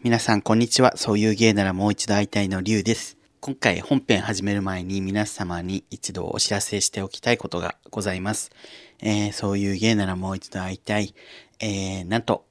皆さんこんにちは。そういう芸ならもう一度会いたいのりゅうです。今回本編始める前に皆様に一度お知らせしておきたいことがございます。そういう芸ならもう一度会いたい。なんと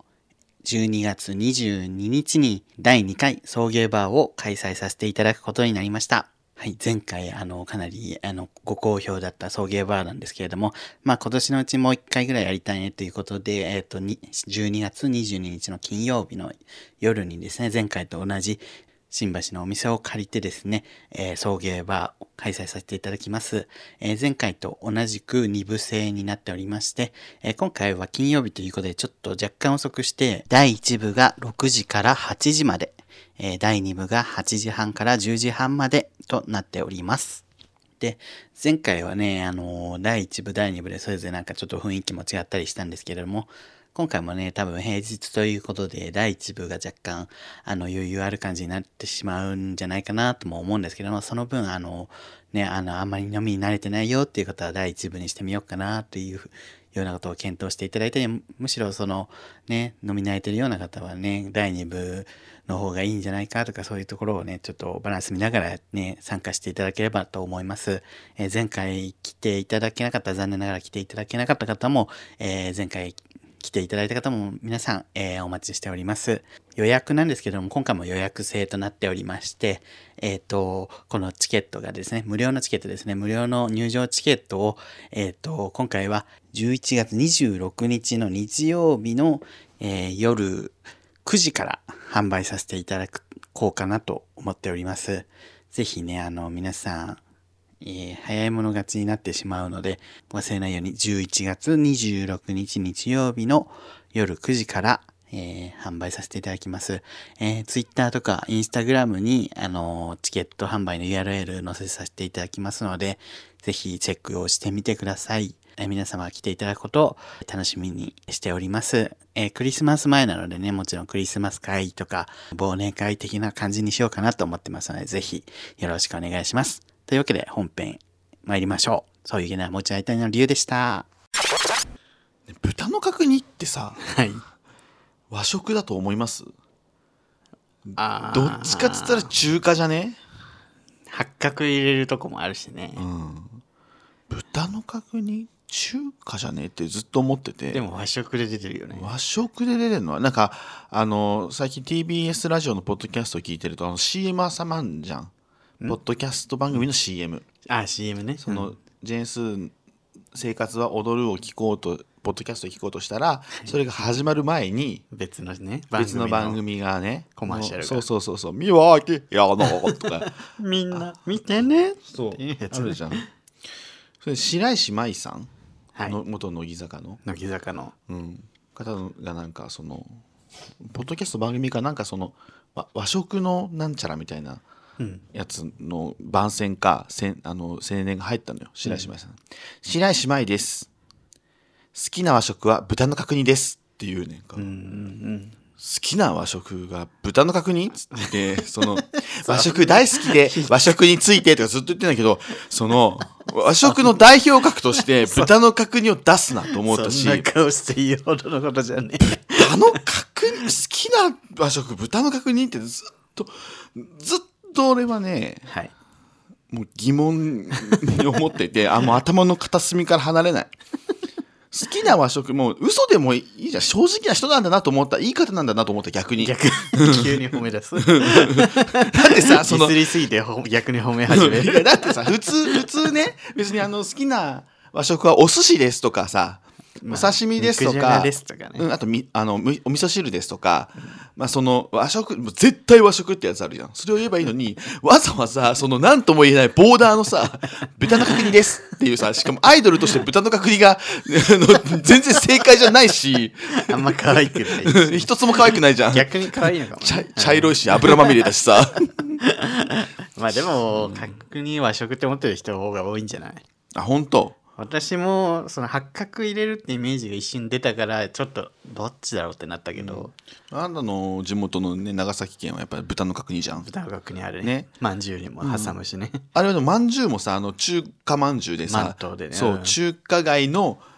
12月22日に第2回送迎バーを開催させていただくことになりました。はい、前回かなりご好評だった送迎バーなんですけれども、今年のうちもう1回ぐらいやりたいねということで、12月22日の金曜日の夜にですね、前回と同じ新橋のお店を借りてですね、送迎バーを開催させていただきます。前回と同じく2部制になっておりまして、今回は金曜日ということでちょっと若干遅くして、第1部が6時から8時まで、第2部が8時半から10時半までとなっております。で、前回はね、第1部、第2部でそれぞれなんかちょっと雰囲気も違ったりしたんですけれども、今回もね、多分平日ということで、第1部が若干、余裕ある感じになってしまうんじゃないかなとも思うんですけども、その分、あんまり飲みに慣れてないよっていう方は第1部にしてみようかなというようなことを検討していただいて、むしろ飲み慣れてるような方はね、第2部の方がいいんじゃないかとか、そういうところをね、ちょっとバランス見ながらね、参加していただければと思います。前回来ていただけなかった、残念ながら来ていただけなかった方も、前回来ていただいた方も皆さん、お待ちしております。予約なんですけども、今回も予約制となっておりまして、このチケットがですね、無料のチケットですね、無料の入場チケットを、今回は11月26日の日曜日の、夜9時から販売させていただこうかなと思っております。ぜひね、皆さん、早い者勝ちになってしまうので、忘れないように11月26日日曜日の夜9時から、販売させていただきます。Twitter とか Instagram に、チケット販売の URL 載せさせていただきますので、ぜひチェックをしてみてください。皆様が来ていただくことを楽しみにしております。クリスマス前なのでね、もちろんクリスマス会とか忘年会的な感じにしようかなと思ってますので、ぜひよろしくお願いします。というわけで本編参りましょう。そういう芸なら持ち合いたいの理由でした。 豚の角煮ってさ、 はい。 和食だと思います？どあっちかっつったら中華じゃね？ 八角入れるとこもあるしね。 豚の角煮中華じゃねってずっと思ってて。 でも和食で出てるよね。 和食で出てるのはなんか最近 TBS ラジオのポッドキャストを聞いてるとCM 挟まんじゃん。ポッドキャスト番組の CM。 CM ね。 ジェーンスー生活は踊るを聞こうとポッドキャストを聞こうとしたら、それが始まる前に別の番組がね、 コマーシャルがそう見分けやのとかみんな見てねそうっていうやつあるじゃん。それ白石麻衣さん、 はい、 元乃木坂の方がなんかポッドキャスト番組かなんか和食のなんちゃらみたいなやつの番宣か青年が入ったのよ。白石麻衣さん、白石麻衣です、好きな和食は豚の角煮ですっていうね、好きな和食が豚の角煮っつって和食大好きで和食についてとかずっと言ってんだけど、和食の代表格として豚の角煮を出すなと思ったし、 そんな顔していいほどのことじゃねえ。豚の角煮、好きな和食豚の角煮ってずっと俺はね、 はい、 もう疑問に思っててもう頭の片隅から離れない。好きな和食、もう嘘でもいいじゃん、正直な人なんだなと思った、言い方なんだなと思った。逆に急に褒め出すだってさ、 ディスりすぎて逆に褒め始めるだってさ、普通ね、別に好きな和食はお寿司ですとかさ、お刺身ですとか、あとお味噌汁ですとか、和食、絶対和食ってやつあるじゃん。それを言えばいいのに、わざわざ何とも言えないボーダーのさ、豚の角煮ですっていうさ、しかもアイドルとして豚の角煮が全然正解じゃないし、 あんま可愛くない一つも可愛くないじゃん。 逆に可愛いのかも、ね、 茶色いし油まみれだしさでも角煮和食って思ってる人の方が多いんじゃない？ 本当？ 私も八角入れるってイメージが一瞬出たからちょっとどっちだろうってなったけど、 あんたの地元のね、長崎県はやっぱり豚の角煮じゃん。 豚の角煮あるね。まんじゅうにも挟むしね、 あれはまんじゅうもさ、中華まんじゅうでさ、 マントでね、 そう、中華街の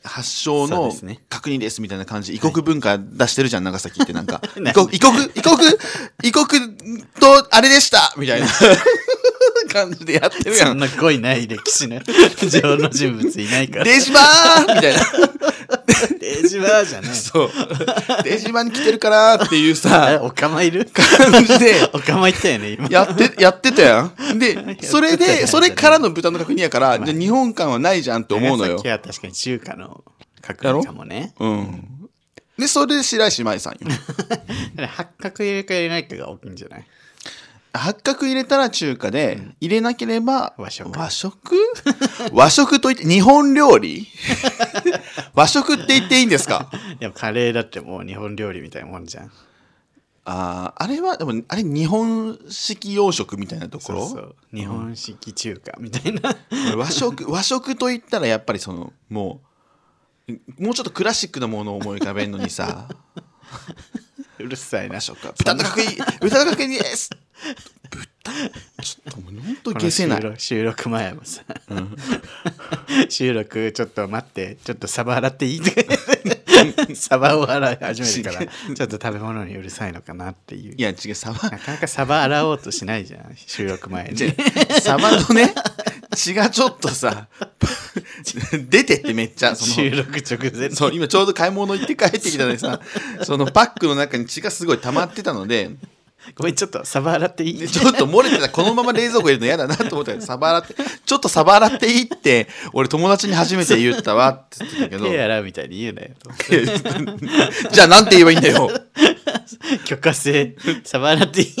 発祥のそうですね確認ですみたいな感じで異国文化出してるじゃん、長崎ってなんか何異国とあれでしたみたいな感じでやってるやん。 そんな濃いない歴史の上の人物いないから出島ーみたいな出島じゃないそう出島に来てるからっていうさおかまいる感じでおかまいったよね今やってたやん。でそれやってたやんでそれからの豚の角煮やからじゃあ日本感はないじゃんって思うのよ長崎。は確かに中華の角煮かもねうんでそれで白石麻衣さんよ八角入れか入れないかが大きいんじゃない八角入れたら中華で、入れなければ和食和食と言って日本料理和食って言っていいんですか？ でもカレーだってもう日本料理みたいなもんじゃんあれはでもあれ日本式洋食みたいなところそう日本式中華みたいな和食と言ったらやっぱりそのもうちょっとクラシックなものを思い浮かべるのにさうるさいな豚の角煮ですちょっともう本当に消せない収録前もさ、収録ちょっと待ってちょっとサバ洗っていいサバを洗い始めるからちょっと食べ物にうるさいのかなっていういや違うサバなかなかサバ洗おうとしないじゃん収録前にサバのね血がちょっとさ出てってめっちゃ収録直前そう今ちょうど買い物行って帰ってきたのでさそのパックの中に血がすごい溜まってたのでごめんちょっとサバ洗っていいちょっと漏れてたこのまま冷蔵庫入れるの嫌だなと思ったけどサバ洗ってちょっとサバ洗っていいって俺友達に初めて言ったわって言ってたけど手洗うみたいに言うなよじゃあなんて言えばいいんだよ許可制サバ洗っていい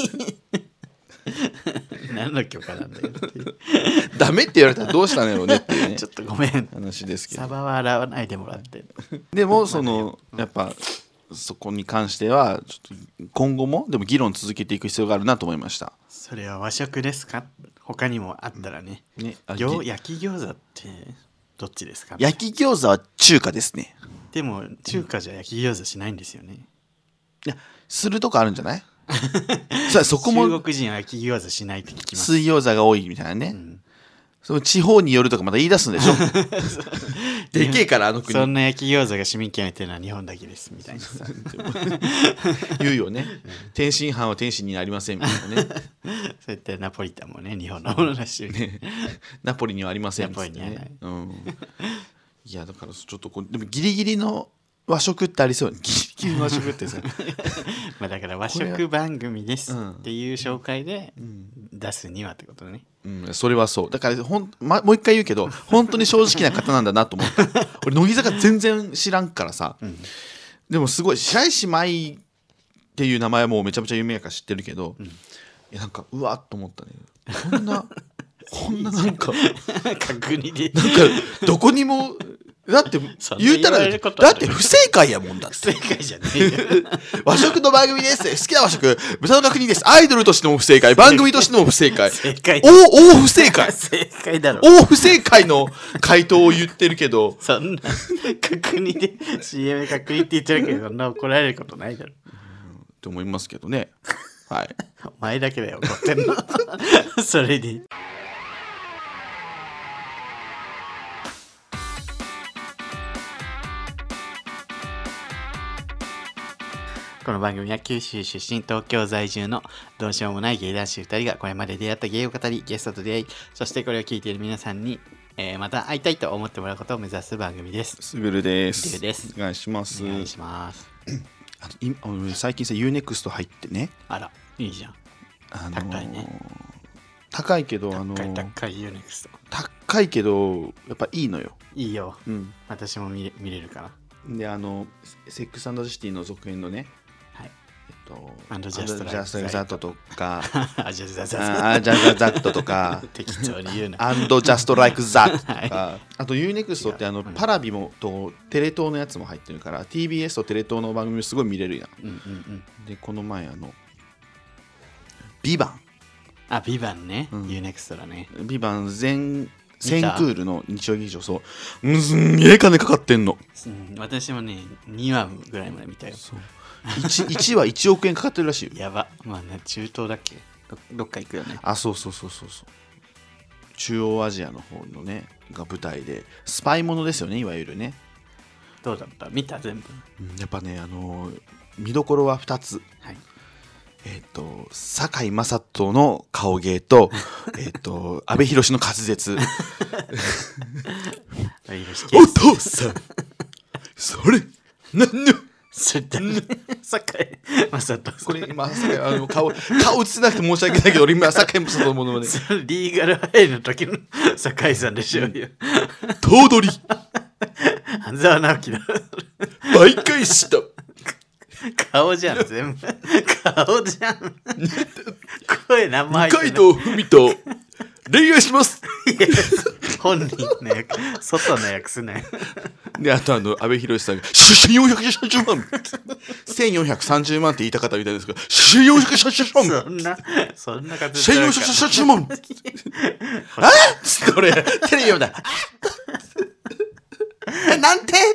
何の許可なんだよっていうダメって言われたらどうしたのよねっていうねちょっとごめん話ですけどサバは洗わないでもらってでもそのやっぱそこに関してはちょっと今後もでも議論続けていく必要があるなと思いました。 それは和食ですか他にもあったらね、焼き餃子ってどっちですか焼き餃子は中華ですね。 でも中華じゃ焼き餃子しないんですよねいやするとこあるんじゃないそこも中国人は焼き餃子しないって聞きます水餃子が多いみたいなね、その地方によるとかまた言い出すんでしょでけえからあの国そんな焼き餃子が市民権を得てるのは日本だけですみたいなさ言うよね天津飯は天津になりませんみたいなねそうやってナポリタンもね日本のものだし、 ナポリにはありませんナポリにはない、 いやだからちょっとでもギリギリの和食ってありそうギリギリの和食ってさまあだから和食番組ですっていう紹介で出すにはってことね、 それはそうだからもう一回言うけど本当に正直な方なんだなと思った俺乃木坂全然知らんからさ、でもすごい白石麻衣っていう名前はもうめちゃめちゃ有名やから知ってるけど、いやなんかうわっと思ったねこんななんか確認でなんかどこにもだって言うたらだって不正解やもんだって不正解じゃないよ和食の番組です好きな和食豚の角煮ですアイドルとしても不正解番組としても不正解正解大不正解正解だろ大不正解の回答を言ってるけどそんな確認で CM 確認って言ってるけどそんな怒られることないだろって思いますけどねはいお前だけだよ怒ってんのそれにこの番組は九州出身東京在住のどうしようもない芸男子2人がこれまで出会った芸を語りゲストと出会いそしてこれを聞いている皆さんに、また会いたいと思ってもらうことを目指す番組です。 すぐるです。 ですお願いします。 お願いします最近さ UNEXT 入ってねあらいいじゃん、高いね高いけど高い UNEXT 高いけどやっぱいいのよいいよ、私も見れるからでセックス&ザシティの続編のねアンドジャストザットとかアジャザザットとか適当に言うなアンドジャストライクザットとかあと UNEXT ってパラビもとテレ東のやつも入ってるから TBS とテレ東の番組すごい見れるやん、でこの前ビバンビバンね、UNEXT だねビバン全センクールの日曜劇場そうすんげえ金かかってんの、 私もね2話ぐらいまで見たよそう 1は1億円かかってるらしいよやばまあね中東だっけ どっか行くよねそう中央アジアの方のねが舞台でスパイものですよねいわゆるねどうだった？見た全部？ やっぱね見どころは2つ。 はい。 堺雅人の顔芸と阿部寛の滑舌。お父さんそれ何のそれ誰？堺雅人。 これ今顔映せなくて申し訳ないけど俺今堺雅人のものまね。 リーガルハイの時の堺さんでしょうよ。 頭取半沢直樹だ。 媒介した。 顔じゃん全部。顔じゃん。声何も入ってない。 二階堂ふみと恋愛します。 本人の役、外の役すね。 であと阿部寛さんが1430万1430万って言いたかったみたいですけど1430万そんな感じ 1430万あっつって俺テレビ読んだなんて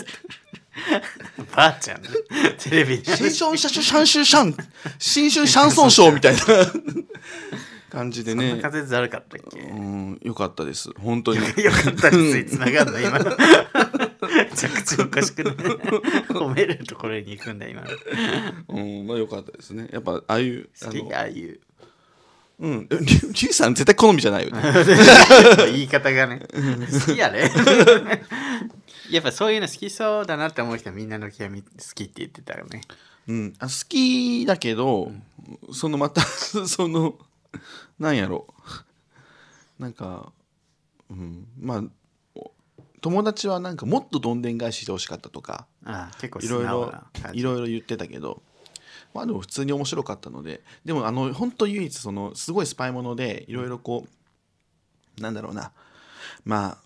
ばあちゃんテレビで新春シャンソンショーみたいな感じでね。 そんな風悪かったっけ？ よかったです本当に。 よかったです。つながんの今の。着地おかしくない？褒めるところに行くんだ今の。 まあよかったですね。やっぱああいう好きああいう。 リュウさん絶対好みじゃないよね。 言い方がね。好きやね。やっぱそういうの好きそうだなって思う人はみんなの極み好きって言ってたよね。 好きだけど、そのまたなんやろなんか、まあ友達はなんかもっとどんでん返ししてほしかったとか、 結構素直な感じ。 いろいろ言ってたけど、まあでも普通に面白かったので、でも本当唯一すごいスパイものでいろいろこうなんだろうな、まあ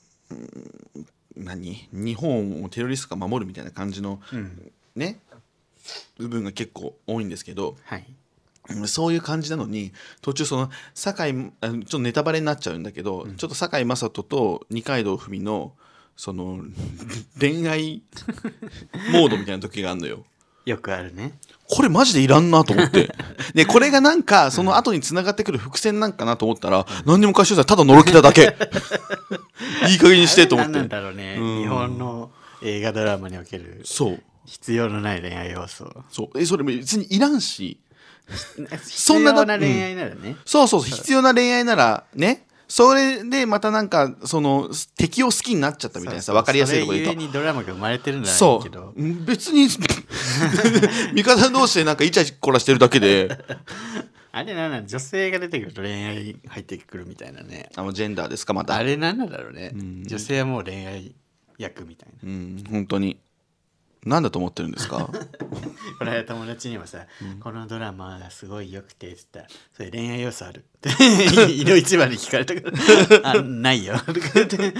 日本をテロリストが守るみたいな感じの、ね部分が結構多いんですけど、 はい、 そういう感じなのに途中ちょっとネタバレになっちゃうんだけど、ちょっと堺雅人と二階堂ふみの恋愛モードみたいな時があるのよ。 よくあるね。 これマジでいらんなと思ってでこれがなんかその後に繋がってくる伏線なんかなと思ったら、何にも回収さただのろけただけいい加減にしてと思って。 何なんだろうね、日本の映画ドラマにおける必要のない恋愛要素。 それ別にいらんし、 必要な恋愛ならね、 そう必要な恋愛ならね、それでまたなんか敵を好きになっちゃったみたいなさ、分かりやすいところで言うと、 それゆえにドラマが生まれてるんだけど、 別に味方同士でなんかイチャコラしてるだけであれなん女性が出てくると恋愛入ってくるみたいなね。 ジェンダーですかまた。 あれなんだろうね、女性はもう恋愛役みたいな。 本当になんだと思ってるんですかこの間友達にもさ、このドラマがすごい良くてって言ったら、それ恋愛要素あるって井の一番に聞かれたからないよとか言って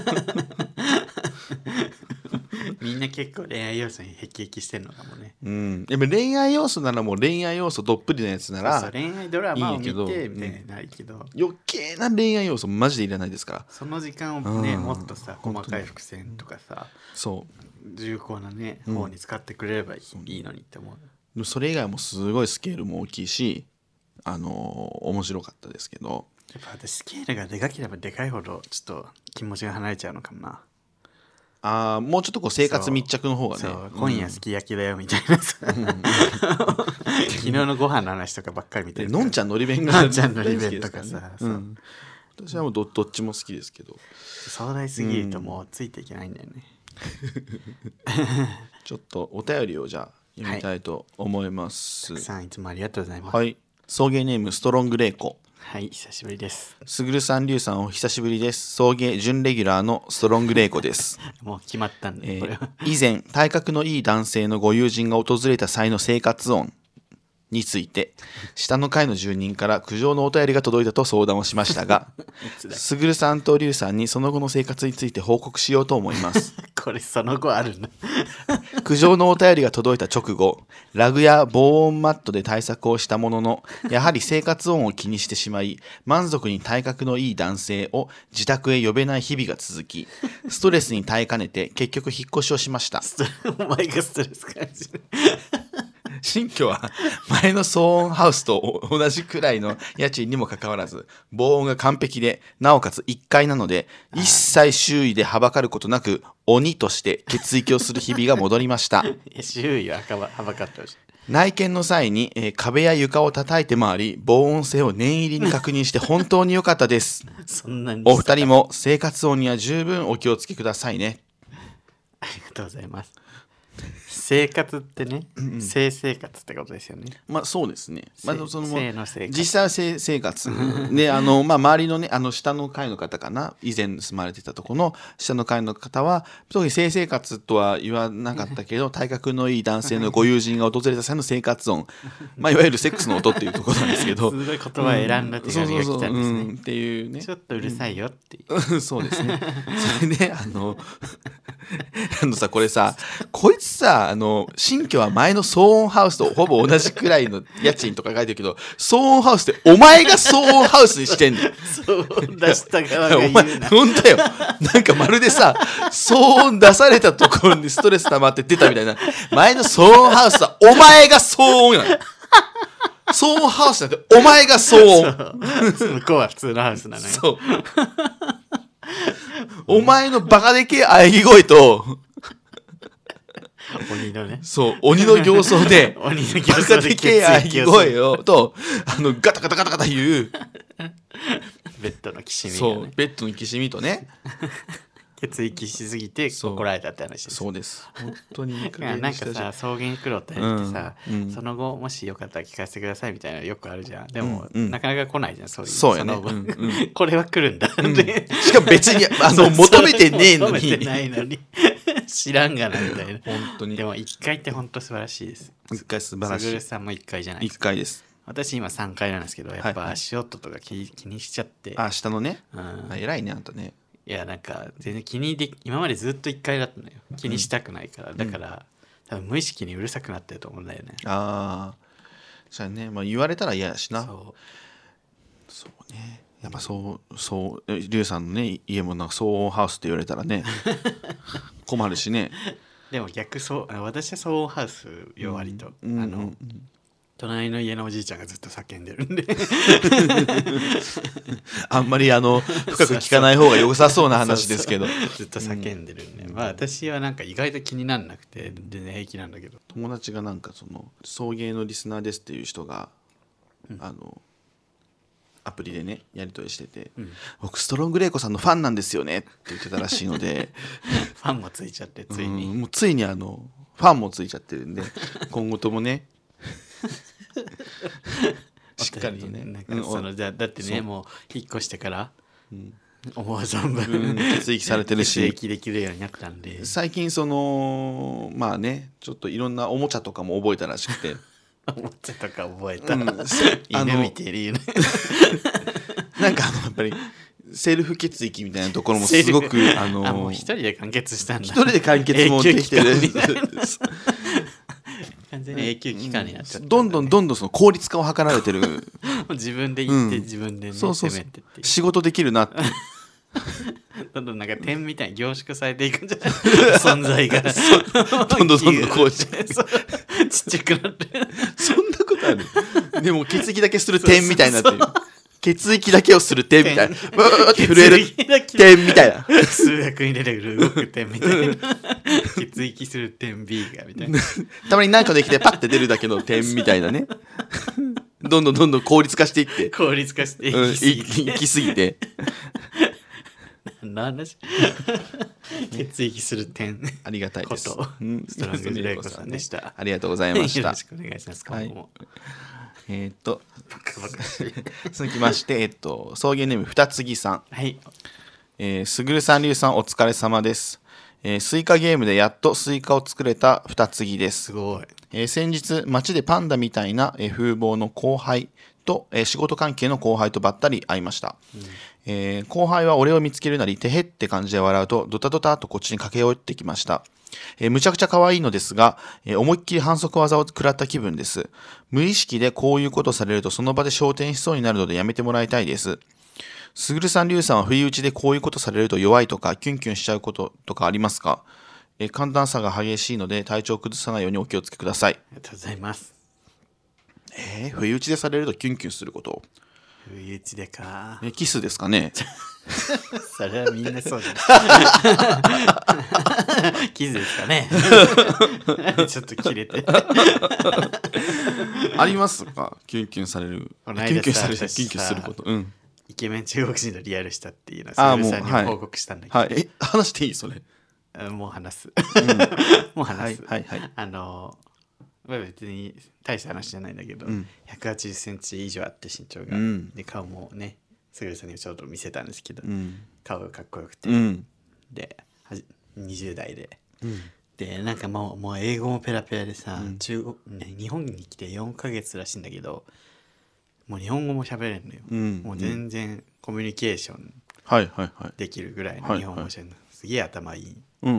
みんな結構恋愛要素に辟易してんのかもね。 やっぱ恋愛要素ならもう恋愛要素どっぷりのやつならそう恋愛ドラマを見てみたいなるけど、 余計な恋愛要素マジでいらないですから。 その時間をね、もっとさ細かい伏線とかさ、重厚なね方に使ってくれればいいのにって思う。 それ以外もすごいスケールも大きいし面白かったですけど、 やっぱ私スケールがでかければでかいほどちょっと気持ちが離れちゃうのかもな。 もうちょっとこう生活密着の方がね、 今夜すき焼きだよみたいなさ、昨日のご飯の話とかばっかり見てる。 のんちゃんのり弁がのんちゃんのり弁とかさ、 私はもうどっちも好きですけど、 壮大すぎるともうついていけないんだよね。 ちょっとお便りをじゃあ読みたいと思います。 たくさんいつもありがとうございます。 はい、送迎ネームストロングレイコ。 はい、久しぶりです。 すぐるさん、りゅうさん、お久しぶりです。送迎準レギュラーのストロングレイコです。 もう決まったんで、これは以前体格のいい男性のご友人が訪れた際の生活音について下の階の住人から苦情のお便りが届いたと相談をしましたがすぐるさんとりゅうさんにその後の生活について報告しようと思いますこれその後あるの苦情のお便りが届いた直後、ラグや防音マットで対策をしたもののやはり生活音を気にしてしまい、満足に体格のいい男性を自宅へ呼べない日々が続き、ストレスに耐えかねて結局引っ越しをしました。 お前がストレス感じる新居は前の騒音ハウスと同じくらいの家賃にもかかわらず、防音が完璧で、なおかつ1階なので、一切周囲ではばかることなく、鬼として血液をする日々が戻りました。 周囲ははばかってほしい。 内見の際に、壁や床を叩いて回り、防音性を念入りに確認して本当に良かったです。 そんなにお二人も生活音には十分お気をつけくださいね。 ありがとうございます。生活ってね、性生活ってことですよね。 まあそうですね。まあ、その性の生活。 実際は性生活で、周りのね、下の階の方かな、以前住まれてたところの下の階の方は、特に性生活とは言わなかったけど、体格のいい男性のご友人が訪れた際の生活音、まあいわゆるセックスの音っていうところなんですけど、 すごい言葉を選んだ手紙が来たんですね。 っていうね。 ちょっとうるさいよっていう。 そうですね。それでさ、これさ、こいつさ、新居は前の騒音ハウスとほぼ同じくらいの家賃とか書いてるけど、騒音ハウスってお前が騒音ハウスにしてんだよ。 そう出した側が言うな。 お前、ほんとよ。なんかまるでさ、騒音出されたところにストレス溜まって出たみたいな。前の騒音ハウスはお前が騒音やん。騒音ハウスなんてお前が騒音。 向こうは普通のハウスなのよ。 そう。お前のバカでけえ喘ぎ声と、 鬼のね。 そう、鬼の形相で、 鬼の形バカ相ででけえ喘ぎ声をと、ガタガタガタガタ言う、 ベッドのきしみがそう、 ね。 ベッドのきしみとね、 血液しすぎて怒られたって話です。 そうです。本当にいい加減なんにしたしかさ、草原苦労って言ってさ、 うんその後もしよかったら聞かせてくださいみたいなのよくあるじゃん。でも、 うんなかなか来ないじゃん、そういう。 そうやねその後うんうんこれは来るんだって、 しかも別に求めてねえの求めてに、 ないのに知らんがなみたいな。 本当にでも1回って本当素晴らしいです。 一回素晴らしすぐい。 るさんも1回じゃないです一か。 回です。 私今3回なんですけど、やっぱはいはい足音とか気にしちゃって。 あ、下のね、 うん偉いねあんたね。 いやなんか全然今までずっと1回だったのよ。気にしたくないから、だから多分無意識にうるさくなってると思うんだよね。 ああ、じゃあね、まあ言われたら嫌やしな。 そうね。やっぱそう、リュウさんのね、家もなんか騒音ハウスって言われたらね、困るしね。 でも私は騒音ハウスよ割と、隣の家のおじいちゃんがずっと叫んでるんであんまり深く聞かない方が良さそうな話ですけど。 ずっと叫んでるんで、まあ私はなんか意外と気になんなくて全然平気なんだけど、 友達がなんか送迎のリスナーですっていう人が、アプリでねやり取りしてて、僕ストロングレイコさんのファンなんですよねって言ってたらしいのでファンもついちゃってついに、 もうついにファンもついちゃってるんで今後ともねしっかりとね、 なんかだってね、もう引っ越してから、思う存分、 血液されてるし、 血液できるようになったんで、 最近まあねちょっといろんなおもちゃとかも覚えたらしくておもちゃとか覚えた、 犬見てる犬なんかやっぱりセルフ血液みたいなところもすごくもう一人で完結したんだ。 一人で完結もできてる完全に永久期間になっちゃった、 どんどんその効率化を図られてる自分で言って自分でね、 そう攻めてっていう、 仕事できるなってどんどんなんか点みたいに凝縮されていくんじゃない存在がどんどんこうちっちゃくなってそんなことあるでも血液だけする点みたいになってる血液だけをする点みたいなって震える点みたいな数学に出てくる動く点みたいな血液する点 B がみたいなたまに何かできてパッて出るだけの点みたいなねどんどん効率化していって効率化して行き過ぎて何の話血液する点ありがたいですストロングレイコさんでした。 ありがとうございました。 よろしくお願いします。今後も続きまして送迎ネーム二つぎさん。 はい。 すぐるさん、りゅうさんお疲れ様です。スイカゲームでやっとスイカを作れた二つぎです。 すごい。 先日街でパンダみたいな風貌の後輩と仕事関係の後輩とばったり会いました。後輩は俺を見つけるなりてへって感じで笑うとドタドタとこっちに駆け寄ってきました。むちゃくちゃ可愛いのですが、思いっきり反則技を食らった気分です。無意識でこういうことされるとその場で昇天しそうになるのでやめてもらいたいです。すぐるさん、りゅうさんは不意打ちでこういうことされると弱いとかキュンキュンしちゃうこととかありますか？ 寒暖差が激しいので体調を崩さないようにお気をつけください。 ありがとうございます。 不意打ちでされるとキュンキュンすること。 不意打ちでか。 キスですかね。 それはみんなそうじゃん。キスですかね。ちょっと切れて。 ありますか、キュンキュンされる。 この間キュンキュンされる、 私キュンキュンすること。 イケメン中国人とリアルしたっていうのをサルさんにもう報告したんだけど、 はい。話していいそれ。 もう話す。もう話す。 はいはいはい。 まあ別に大した話じゃないんだけど、180センチ以上あって身長が、で顔もね、すぐるさんにちょうど見せたんですけど、顔がかっこよくて、で20代で、でなんかもう英語もペラペラでさ、中国ね、日本に来て4ヶ月らしいんだけど、もう日本語も喋れるのよ、もう全然コミュニケーションできるぐらいの日本語喋るの、すげえ頭いい、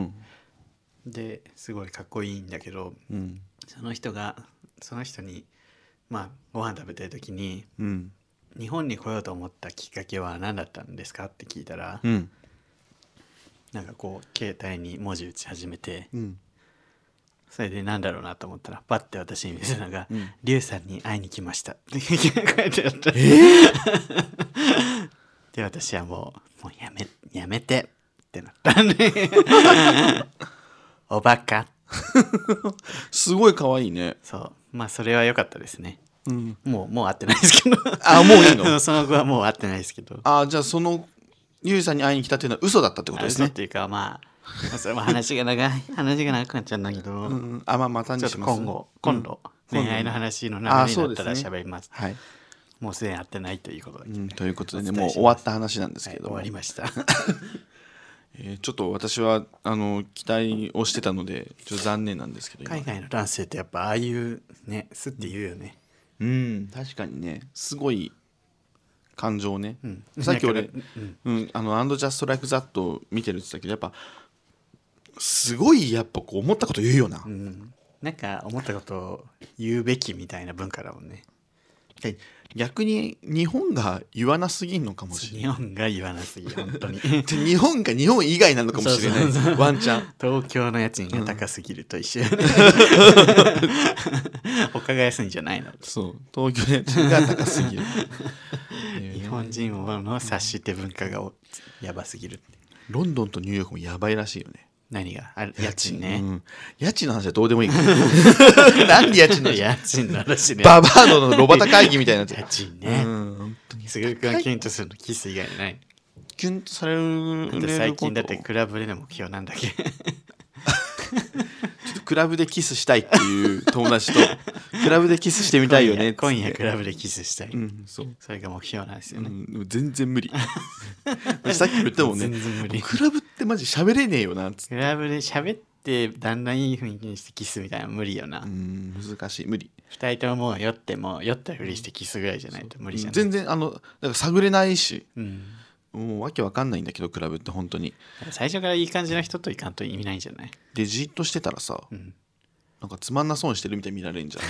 ですごいかっこいいんだけど、その人にまあご飯食べてる時に、日本に来ようと思ったきっかけは何だったんですかって聞いたら、なんかこう携帯に文字打ち始めて、それでなんだろうなと思ったらパッて私に見せたのが「リュウさんに会いに来ました」って書いてあった。で私はもうやめてってなったね。おバカ。 すごい可愛いね。 そう、まあそれは良かったですね。もう会ってないですけど。 もういいの？ その後はもう会ってないですけど。 じゃあそのゆうさんに会いに来たっていうのは嘘だったってことですね。 嘘っていうかまあそれも話が長くなっちゃうんだけど、 またにします。 ちょっと今度恋愛の話の流れになったら喋ります。はい。もうすでに会ってないということだけど、 ということでね、もう終わった話なんですけど、 終わりました。 ちょっと私は期待をしてたのでちょっと残念なんですけど、 海外の男性ってやっぱああいうねスッて言うよね。 確かにね、すごい感情ね、さっき俺アンドジャストライクザット見てるって言ったけど、やっぱすごいやっぱこう思ったこと言うよな、 なんか思ったことを言うべきみたいな文化だもんね。 逆に日本が言わなすぎんのかもしれない。 日本が言わなすぎ本当に。 日本が日本以外なのかもしれない。 そうワンチャン東京の家賃が高すぎると一緒、他が安いんじゃないの。 そう、東京の家賃が高すぎる。 日本人の察して文化がやばすぎる。 ロンドンとニューヨークもやばいらしいよね。 何が家賃ね、 家賃の話はどうでもいいからなんで家賃の話。 家賃の話ね。 ババアのロバタ会議みたいな。 家賃ね。すぐくんキュンとするのキス以外にない。 キュンとされる。 最近だってクラブでの目標なんだっけ。 ちょっとクラブでキスしたいっていう友達とクラブでキスしてみたいよねって。 今夜クラブでキスしたい、 そう、 それが目標なんですよね、 全然無理。さっきも言ったもんね、 全然無理。 クラブってマジ喋れねえよなっつって。 クラブで喋ってだんだんいい雰囲気にしてキスみたいなの無理よな。 難しい、無理。 2人とも酔ったふりしてキスぐらいじゃないと無理じゃない。 全然だから探れないし、もうわけわかんないんだけど、クラブって本当に最初からいい感じの人といかんと意味ないんじゃない。 でじっとしてたらさ、なんかつまんなそうにしてるみたいに見られるんじゃ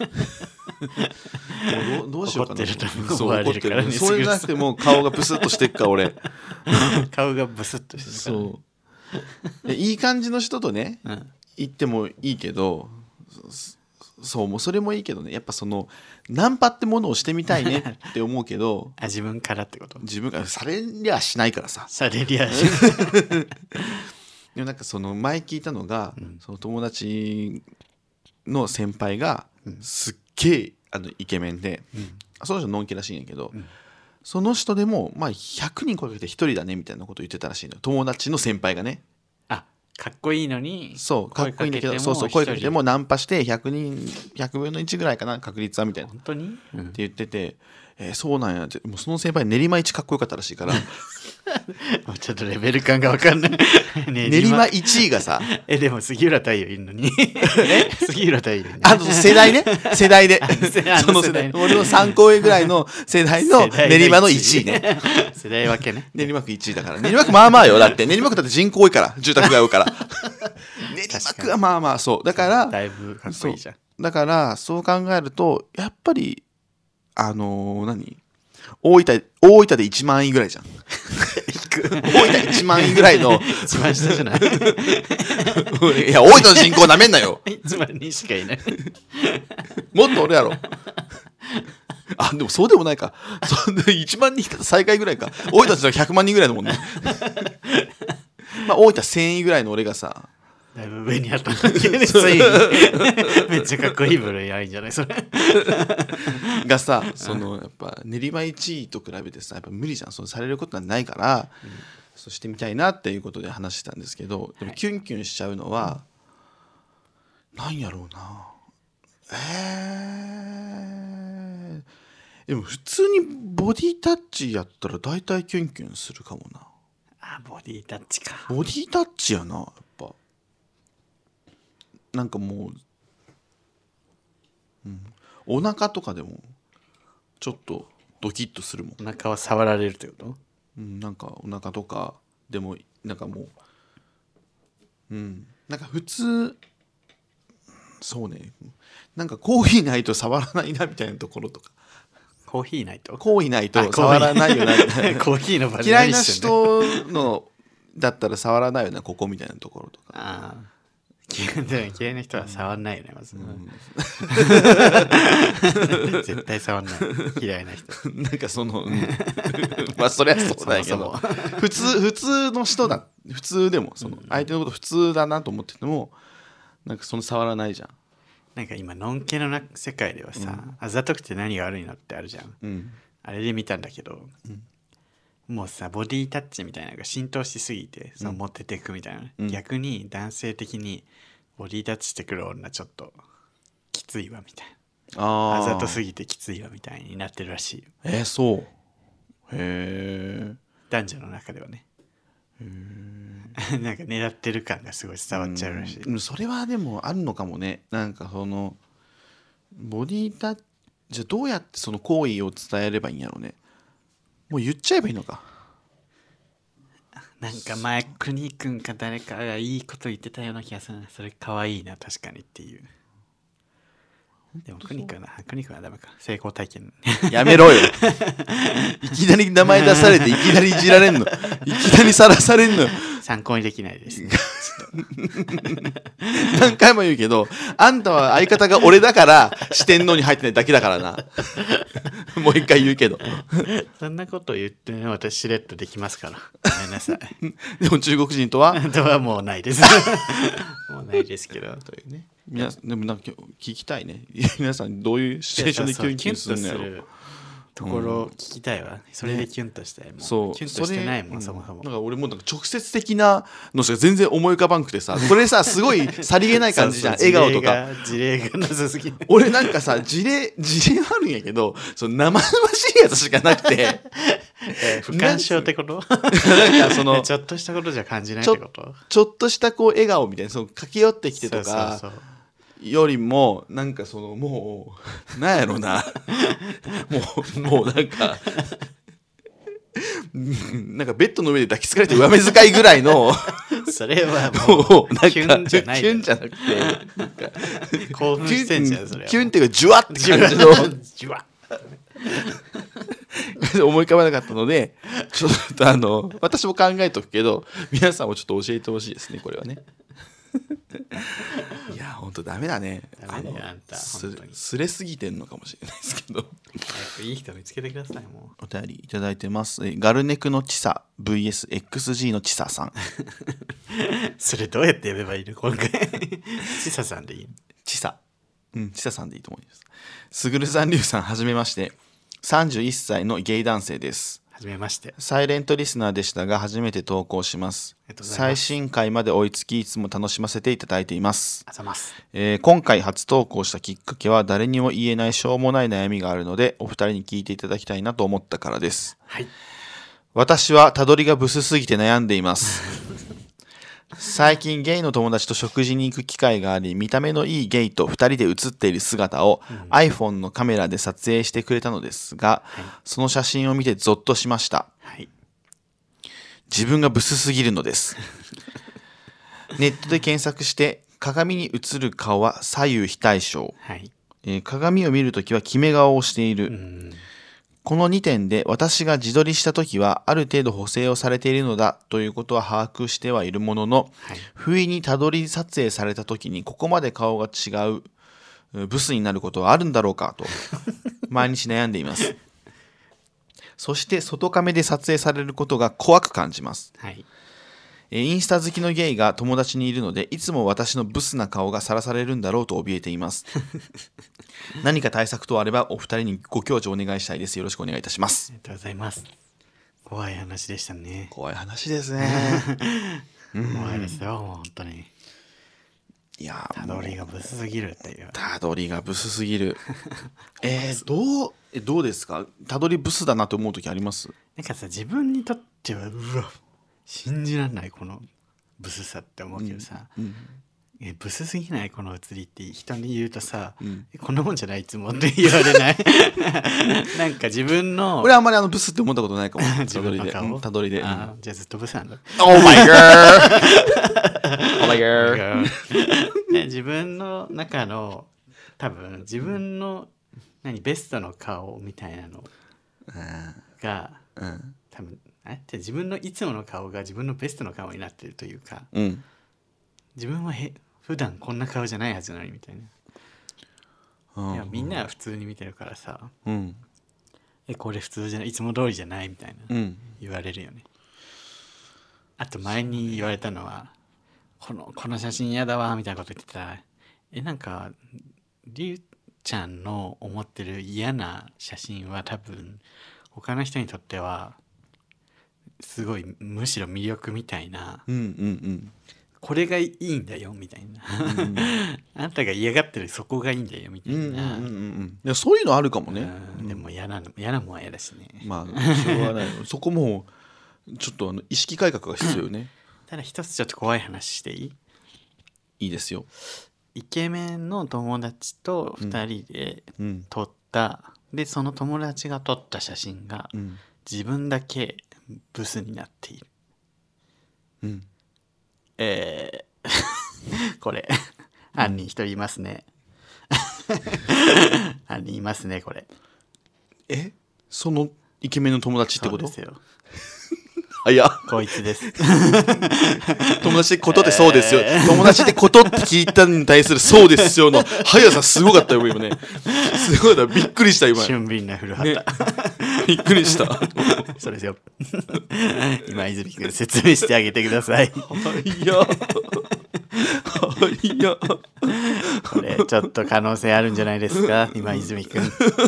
ん。もうどうしようかな。 怒ってると思われるからね。 それじゃなくてもう顔がブスッとしてっか俺。 顔がブスッとしてるから、ね、 そういい感じの人とね、行ってもいいけど、そうもうそれもいいけどね、やっぱそのナンパってものをしてみたいねって思うけど自分からってこと。 自分からされりゃしないからさ。 されりゃしない。 でもなんかその前聞いたのが、その友達の先輩がすっげえイケメンで、その人のんけらしいんやけど、その人でもまあ100人声かけて1人だねみたいなこと言ってたらしいのよ、友達の先輩がね。 かっこいいのに。 そうかっこいいんだけど、そう声かけてもナンパして100分の1ぐらいかな確率はみたいな。 本当に、 って言ってて、そうなんやって。もうその先輩練馬一かっこよかったらしいからもうちょっとレベル感が分かんない。 練馬1位がさでも杉浦太陽いるのに杉浦太陽いるのに世代ね、世代でその世代、俺の3個上ぐらいの世代の練馬の1位ね。 世代分けね。 練馬区1位だから。練馬区まあまあよ。だって練馬区だって人口多いから、住宅街多いから練馬区はまあまあ、そうだからだいぶかっこいいじゃん。 だからそう考えるとやっぱり大分で1万円ぐらいじゃん。大分1万円ぐらいの一番下じゃない。 いや、大分の人口なめんなよ。 1万人しかいない。 もっと俺やろ。あ、でもそうでもないか。1万人いたら最下位ぐらいか。大分って100万人ぐらいだもんね。まあ大分1000位ぐらいの俺がさ、 だいぶ上にあっただけでついにめっちゃかっこいい部類あるんじゃないそれがさ、そのやっぱ練馬1位と比べてさ、やっぱ無理じゃん。そのされることはないから、そうしてみたいなっていうことで話してたんですけど、でもキュンキュンしちゃうのは、なんやろうな。でも普通にボディタッチやったら大体キュンキュンするかもな。 あ、ボディタッチか。 ボディタッチやな、やっぱ。なんかもう、お腹とかでもちょっとドキッとするもん。 お腹は触られるってこと？ なんかお腹とかでもなんかもう、なんか普通、そうね、なんかコーヒーないと触らないなみたいなところとか。 コーヒーないと？ コーヒーないと触らないよな。 コーヒーの場で嫌いな人のだったら触らないよな、ここみたいなところとか。 ああ。嫌いな人は触らないよね、まず。絶対触らない。嫌いな人。 なんかその、まあそりゃそうだけど、普通の人だ、普通でもその相手のこと普通だなと思ってても、なんかその触らないじゃん。 なんか今のんけの世界ではさ、あざとくて何が悪いのってあるじゃん。あれで見たんだけど、もうさ、ボディタッチみたいなのが浸透しすぎて、その持ってていくみたいな、逆に男性的にボディタッチしてくる女ちょっときついわみたいな、あざとすぎてきついわみたいになってるらしいよ。 そう。へえ。 男女の中ではね。なんか狙ってる感がすごい伝わっちゃうらしい。 それはでもあるのかもね。なんかそのボディタッチ、じゃあどうやってその行為を伝えればいいんやろうね。もう言っちゃえばいいのか。 なんか前国くんか誰かがいいこと言ってたような気がするな。それかわいいな確かにっていう。でも国くんはダメか。成功体験やめろよ。いきなり名前出されていきなりいじられんの。いきなりさらされんの。 参考にできないです、ね、 何回も言うけど、あんたは相方が俺だから四天王に入ってないだけだからな。もう一回言うけど。 そんなこと言ってね、私しれっとできますから。ごめんなさい。 でも中国人とはもうないです。もうないですけど。というね。 でもなんか聞きたいね。皆さんどういうシチュエーションでキュンキュンするのやろ。 ところを聞きたいわ。それでキュンとしたい。もうそうキュンとしてないもん、そもそも。 なんか俺もなんか直接的なのしか全然思い浮かばんくてさ、これさすごいさりげない感じじゃん。笑顔とか。 事例がなさすぎる。 俺なんかさ事例はあるんやけど、その生々しいやつしかなくて。 不干渉ってこと？なんかそのちょっとしたことじゃ感じないってこと？ ちょっとしたこう笑顔みたいな、その駆け寄ってきてとか。よりもなんかそのもうなんやろなもうなんかなんかベッドの上で抱きつかれて上目遣いぐらいのそれはもうなんかキュンじゃない、 キュンじゃなくてなんか興奮してんじゃん。それはキュンっていうかジュワって感じのジュワ思い浮かばなかったので、ちょっと私も考えとくけど皆さんもちょっと教えてほしいですね、これはね。いやほんとダメだね。 ダメだよあんた。 すれすぎてんのかもしれないですけど。 いい人見つけてください。もうお便りいただいてます。ガルネクのチサ VSXG のチサさん。 それどうやって呼べばいいの今回。チサさんでいい？ チサさんでいいと思います。すぐるさん、りゅうさん、はじめまして。31歳のゲイ男性です。 はじめまして。 サイレントリスナーでしたが初めて投稿します。最新回まで追いつきいつも楽しませていただいています。今回初投稿したきっかけは誰にも言えないしょうもない悩みがあるのでお二人に聞いていただきたいなと思ったからです。 はい、 私はたどりがブスすぎて悩んでいます。最近ゲイの友達と食事に行く機会があり、見た目のいいゲイと2人で写っている姿を iPhone のカメラで撮影してくれたのですが、その写真を見てゾッとしました。自分がブスすぎるのです。ネットで検索して鏡に映る顔は左右非対称、鏡を見るときは決め顔をしている、 この2点で私が自撮りしたときはある程度補正をされているのだということは把握してはいるものの、不意にたどり撮影されたときにここまで顔が違うブスになることはあるんだろうかと毎日悩んでいます。そして外カメで撮影されることが怖く感じます。インスタ好きのゲイが友達にいるのでいつも私のブスな顔がさらされるんだろうと怯えています。何か対策等あればお二人にご教授お願いしたいです。よろしくお願いいたします。 ありがとうございます。怖い話でしたね。 怖い話ですね。 怖いですよ、本当に。 いや、 たどりがブスすぎるっていう。 たどりがブスすぎる。どうですか？たどりブスだなと思う時あります？ なんかさ、自分にとってはうわ信じらんないこのブスさって思うけどさ、ブスすぎないこの写りって人に言うとさ、こんなもんじゃないいつもって言われないなんか自分の俺あんまりブスって思ったことないかも。 自分の顔たどりで、 じゃあずっとブスなんだ。 Oh my god Oh my god 自分の中の多分自分のベストの顔みたいなのが、多分自分のいつもの顔が自分のベストの顔になってるというか、自分は普段こんな顔じゃないはずなのにみたいな、いやみんなは普通に見てるからさ、これ普通じゃないいつも通りじゃないみたいな、言われるよね。あと前に言われたのはこの写真嫌だわみたいなこと言ってたら、なんかりゅうちゃんの思ってる嫌な写真は多分他の人にとってはすごいむしろ魅力みたいな、これがいいんだよみたいな、あなたが嫌がってるそこがいいんだよみたいな、 いやそういうのあるかもね。 でも嫌なもんは嫌だしね。 まあしょうがないそこもちょっと意識改革が必要よね。 ただ一つちょっと怖い話していい？ いいですよ。 イケメンの友達と2人で撮った、でその友達が撮った写真が、自分だけブスになっている。これ犯人一人いますね。犯人いますねこれ。 そのイケメンの友達ってこと？ そうですよ。 いやこいつです。 友達ってことってそうですよ、友達ってことって聞いたに対するそうですよの速さすごかったよ今ね。すごいだ、びっくりした今。 俊敏な古畑、 びっくりした。 そうですよ。今泉君説明してあげてください。 いやこれちょっと可能性あるんじゃないですか今泉君。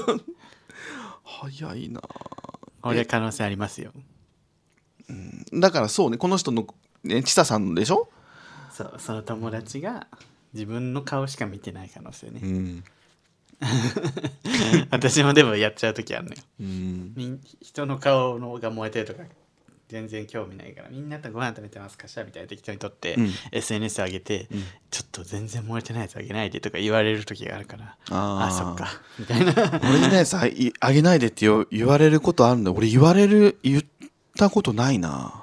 早いな。 これ可能性ありますよ。 だからそうね、この人のちささんでしょ。 その友達が自分の顔しか見てない可能性ね。私もでもやっちゃう時あるのよ。人の顔が燃えてるとか全然興味ないから、みんなとご飯食べてますかしらみたいな適当に撮って、SNS 上げて、ちょっと全然燃えてないやつあげないでとか言われる時があるから、そっかみたいな。 俺にねさあげないでって言われることあるんだ。俺言ったことないな。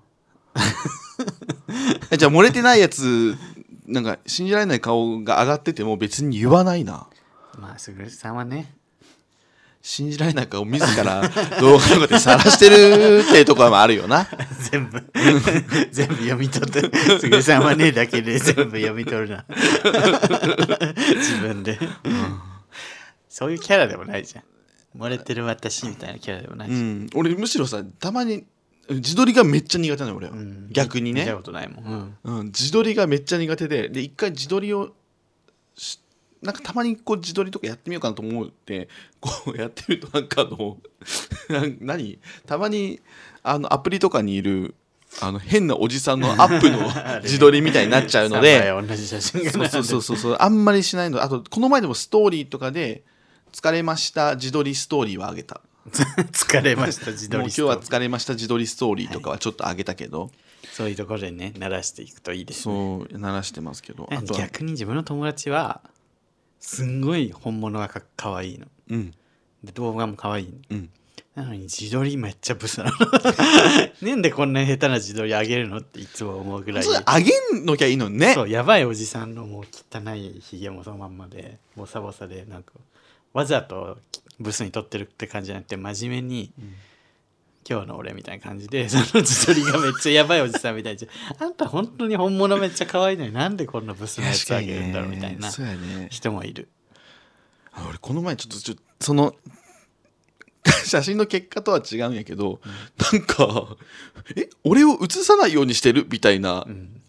じゃあ漏れてないやつなんか信じられない顔が上がってても別に言わないな。 まあすぐるさんはね、 信じられない顔自ら動画とかで晒してるっていうところもあるよな。 全部読み取ってすぐるさんはねだけで全部読み取るな。自分で、そういうキャラでもないじゃん。漏れてる私みたいなキャラでもないし、 俺むしろさたまに自撮りがめっちゃ苦手なの俺は、逆にね。 見たことないもん、 自撮りがめっちゃ苦手で一回自撮りをなんかたまにこう自撮りとかやってみようかなと思ってこうやってるとなんか何たまにアプリとかにいる変なおじさんのアップの自撮りみたいになっちゃうので同じ写真がそうあんまりしないの。あとこの前でもストーリーとかで疲れました自撮りストーリーはあげた。 疲れました自撮りもう今日は疲れました自撮りストーリーとかはちょっとあげたけど、 そういうところでね鳴らしていくといいですね。 そう鳴らしてますけど、あとは逆に自分の友達はすんごい本物がかわいいの、で動画もかわいいの、なのに自撮りめっちゃブスなの。なんでこんな下手な自撮りあげるのっていつも思うぐらい。 あげんのきゃいいのね。 そうやばいおじさんのもう汚いひげもそのまんまでボサボサでなんかわざとブスに撮ってるって感じじゃなくて真面目に、今日の俺みたいな感じでその自撮りがめっちゃやばいおじさんみたいにあんた本当に本物めっちゃ可愛いのになんでこんなブスのやつあげるんだろうみたいな人もいる。 俺この前ちょっとその写真の結果とは違うんやけど、なんか俺を映さないようにしてるみたいな、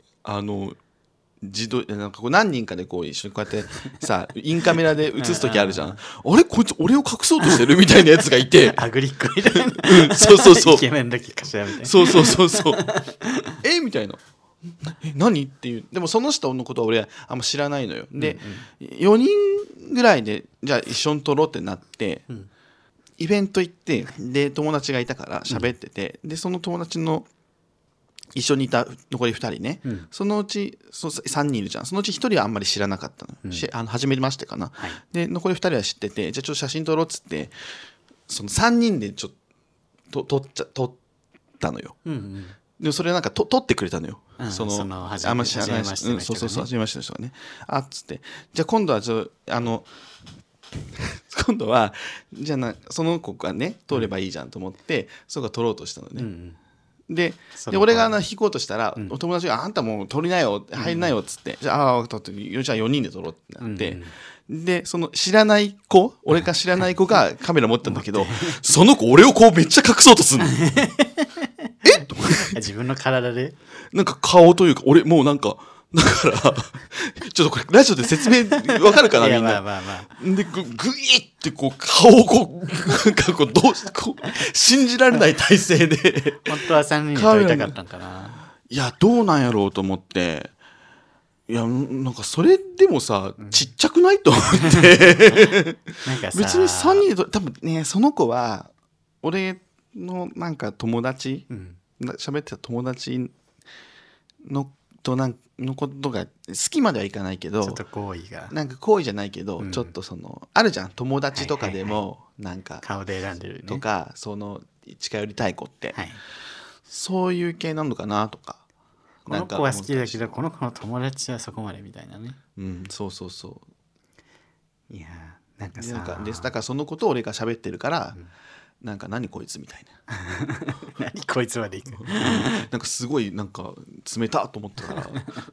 自動なんかこう何人かでこう一緒にこうやってさインカメラで映す時あるじゃん。あれこいつ俺を隠そうとしてるみたいなやつがいてアグリックみたいな、 そうイケメンだけかしらみたいな、 そうみたいな何っていう。でもその人のことは俺あんま知らないのよ。で、4人ぐらいでじゃあ一緒に撮ろうってなって、イベント行ってで友達がいたから喋ってて、でその友達の一緒にいた残り2人ね、そのうち3人いるじゃん。そのうち1人はあんまり知らなかったの、初めましてかな、で残り2人は知ってて、じゃあちょっと写真撮ろうっつってその3人でちょっと撮ったのよ、でそれなんか撮ってくれたのよ、あんま知らない人、初めましての人がね、っつってじゃあ今度は今度はじゃあその子がね撮ればいいじゃんと思って、そこが撮ろうとしたのね、で俺が引こうとしたら、お友達があんたもう撮りなよ入りなよっつって、じゃあ4人で撮ろうってなって、でその知らない子、俺が知らない子がカメラ持ったんだけどその子俺をこうめっちゃ隠そうとすんの自分の体でなんか顔というか俺もうなんかだからちょっとこれラジオで説明わかるかなみんな。でグイってこう顔をこうなんかこう信じられない体勢で本当は3人で撮りたかったんかな。 いやどうなんやろうと思って、いやなんかそれでもさ、ちっちゃくないと思ってなんか別に3人で多分ね、その子は俺のなんか友達、喋ってた友達のことが好きまではいかないけど、 ちょっと好意がなんか好意じゃないけど、ちょっとそのあるじゃん、友達とかでもなんか顔で選んでるねとか、その近寄りたい子って、そういう系なのかなとか。 この子は好きだけどこの子の友達はそこまでみたいなね。 そういやなんかさだからそのことを俺が喋ってるから、なんか何こいつみたいな何こいつまでいくなんかすごいなんか冷たと思ったから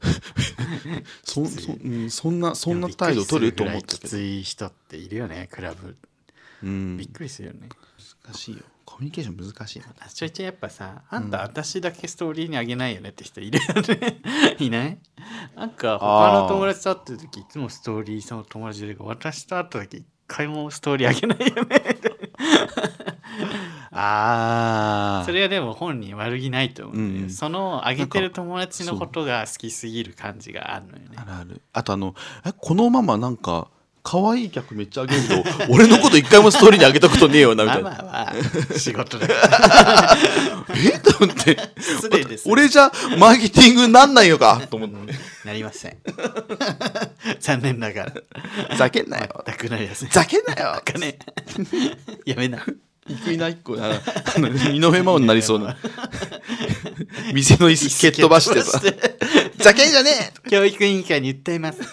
そんな態度取ると思ったけど、 きつい人っているよねクラブ、びっくりするよね。 難しいよ、コミュニケーション難しいよ。 ちょいちょいやっぱさ、あんた私だけストーリーにあげないよねって人いるよねいない？なんか他の友達と会ってる時いつもストーリーその友達で、私と会った時一回もストーリーあげないよねそれはでも本人悪気ないと思う、ね、そのあげてる友達のことが好きすぎる感じがあるのよね。 あとこのママなんか可愛い客めっちゃあげるけど俺のこと一回もストーリーにあげたことねえよなみたいな。 ママは仕事だからと思って失礼です、 俺じゃマーケティングになんないのかと思って、 なりません残念ながら。 ざけんなよ、 全くなりません。 ざけんなよねやめな。 生稲一個二戸真央になりそうな店の椅子蹴っ飛ばしてさざけんじゃねえ教育委員会に訴えます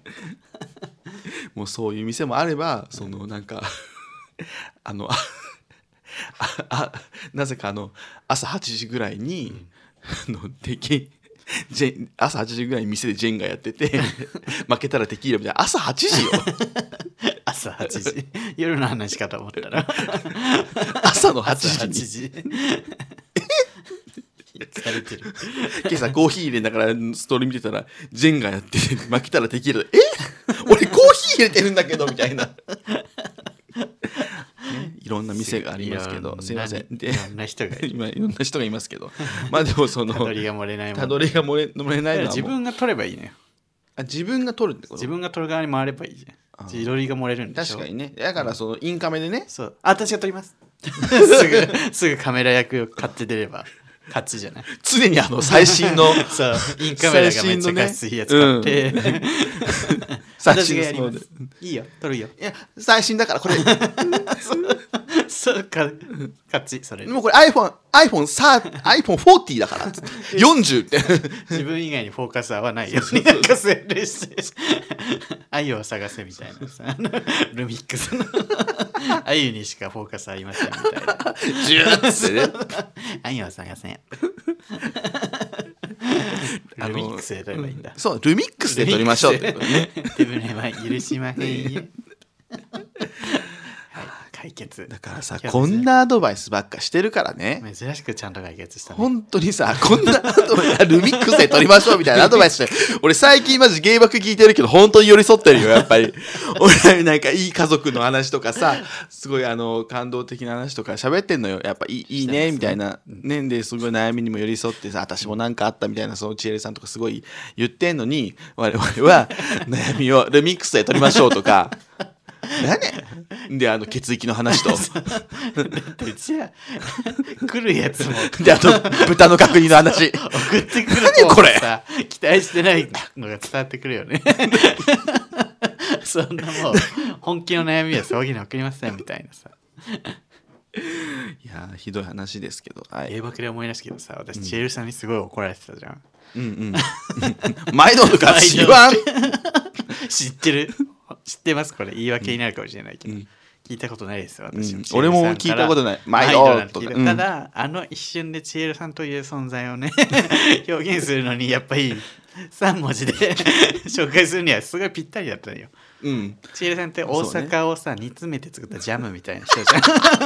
もうそういう店もあれば、そのなんかなぜか朝8時ぐらいに、朝8時ぐらいに店でジェンガやってて負けたらテキーラみたいな。朝8時よ朝8時夜の話かと思ったら朝の8時されてる。 今朝コーヒー入れながらストーリー見てたらジェンガやって負けたらテキーラで俺コーヒー入れてるんだけどみたいな、いろんな店がありますけど、すいません、でいろんな人がいますけどまあでもそのたどりが漏れないもん、 たどりが漏れないのは自分が取ればいいのよ。 自分が取るってこと？ 自分が取る側に回ればいいじゃん。自撮りが漏れるんでしょ。 確かにね。だからそのインカメでね、 そう私が撮りますすぐカメラ役を買って出れば勝ちじゃない。 常に最新のそうインカメラがめっちゃ安いやつ買って、 最新私がやります。いいよ撮るよ。 いや最新だからこれすそうか勝ちそれもうこれ iPhone40 だからっつって40って自分以外にフォーカス合わないようになんか設定して愛を探せみたいなさルミックスの愛にしかフォーカスありませんみたいなジューってね愛を探せルミックスで撮ればいいんだ。 そうルミックスで撮りましょうってことね手船は許しまへんよ解決だからさこんなアドバイスばっかしてるからね珍しくちゃんと解決したね。 本当にさこんなアドバイスルミックスで撮りましょうみたいなアドバイスして俺最近マジ芸爆聞いてるけど本当に寄り添ってるよやっぱり俺なんかいい家族の話とかさすごい感動的な話とか喋ってんのよやっぱいいねみたいな年ですごい悩みにも寄り添ってさ私もなんかあったみたいなそのちえるさんとかすごい言ってんのに我々は悩みをルミックスで撮りましょうとか何で血液の話とうちは来るやつもで豚の角煮の話送ってくる何これさ期待してないのが伝わってくるよねそんなもう本気の悩みは葬儀に送りませんみたいなさいやひどい話ですけど芸爆で思い出すけどさ私チエルさんにすごい怒られてたじゃん毎度とか知らん知ってますこれ言い訳になるかもしれないけど、聞いたことないです私も、 俺も聞いたことない毎度とか、 ただ一瞬でチエルさんという存在をね表現するのにやっぱり3文字で紹介するにはすごいぴったりだったのよ、チエルさんって大阪をさ煮詰めて作ったジャムみたいな人じゃん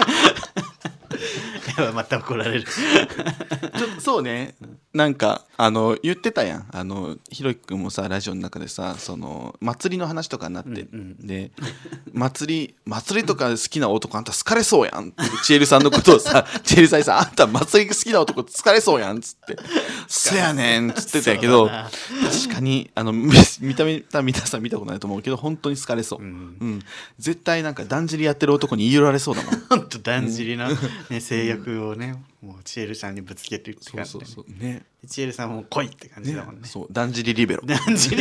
やばいまた怒られるそうねなんか言ってたやんひろゆきくんもさラジオの中でさその祭りの話とかになって、で祭りとか好きな男あんた好かれそうやんってちえるさんのことをさちえるさんにさあんた祭り好きな男好かれそうやんっつってそやねんっつってたんやけど確かに見た目皆さん見たことないと思うけど本当に好かれそう、絶対なんかだんじりやってる男に言い寄られそうだもんほんとだんじりの、ね、制約をねもうちえるさんにぶつけてるって感じで、 そうねちえるさんも来いって感じだもんねそうだんじりリベロだんじり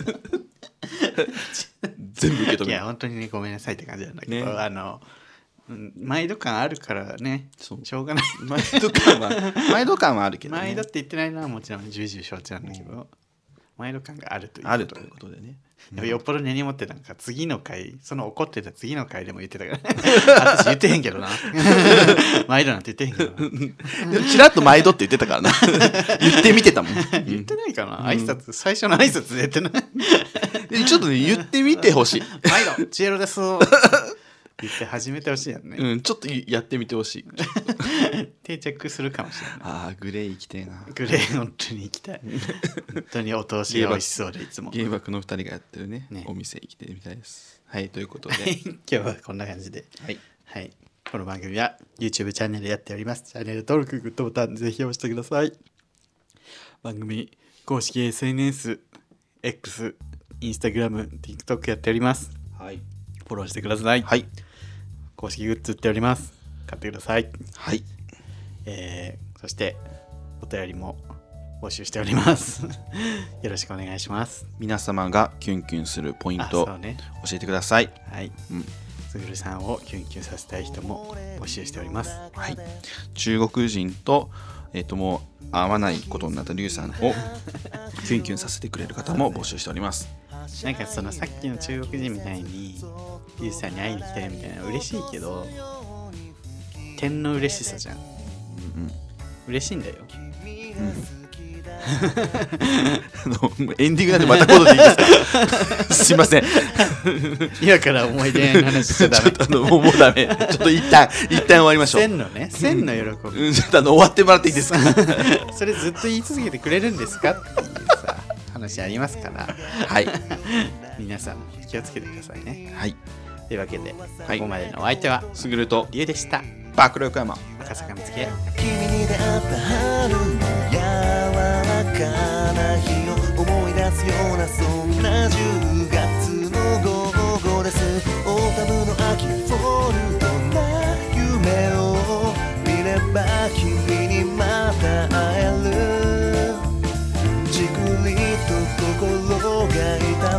全部受け止めるいや本当にねごめんなさいって感じなんだけど、毎度感あるからねしょうがない毎度感はあるけどね毎度って言ってないのはもちろん重々承知なんだけど、毎度感があるということでねよっぽど根に持ってなんか次の回その怒ってた次の回でも言ってたから私言ってへんけどな毎度なんて言ってへんけどなチラッと毎度って言ってたからな言ってみてたもん言ってないかな挨拶最初の挨拶で言ってないちょっとね言ってみてほしい毎度ちえろです言って始めてほしいよね、 ちょっとやってみてほしい定着するかもしれないグレー行きたいなグレー本当に行きたい本当にお通しが美味しそうでいつも芸爆の2人がやってるねお店行きてみたいですはいということで今日はこんな感じではい、この番組は YouTube チャンネルやっておりますチャンネル登録グッドボタンぜひ押してください番組公式 SNS X インスタグラム TikTok やっておりますフォローしてください公式グッズ売っております買ってくださいそしてお便りも募集しておりますよろしくお願いします皆様がキュンキュンするポイントを教えてくださいすぐるさんをキュンキュンさせたい人も募集しております中国人ともう会わないことになったリュウさんをキュンキュンさせてくれる方も募集しておりますなんかそのさっきの中国人みたいにリュウさんに会いに来たいみたいな嬉しいけど天の嬉しさじゃん、嬉しいんだよ、 エンディングなんでまたコードでいいですかすいません今から思い出の話しちゃダメちょっともうダメちょっと一旦終わりましょう千の喜びちょっと終わってもらっていいですかそれずっと言い続けてくれるんですかっていうさ話ありますから皆さんも気をつけてくださいねというわけで、ここまでのお相手はすぐるとりゅうでした爆力山赤坂見つけ君に出会った春の柔らかな日を思い出すようなそんな10月の午後ですオータムの秋フォルトな夢を見れば君にまた会えるじくりと心が痛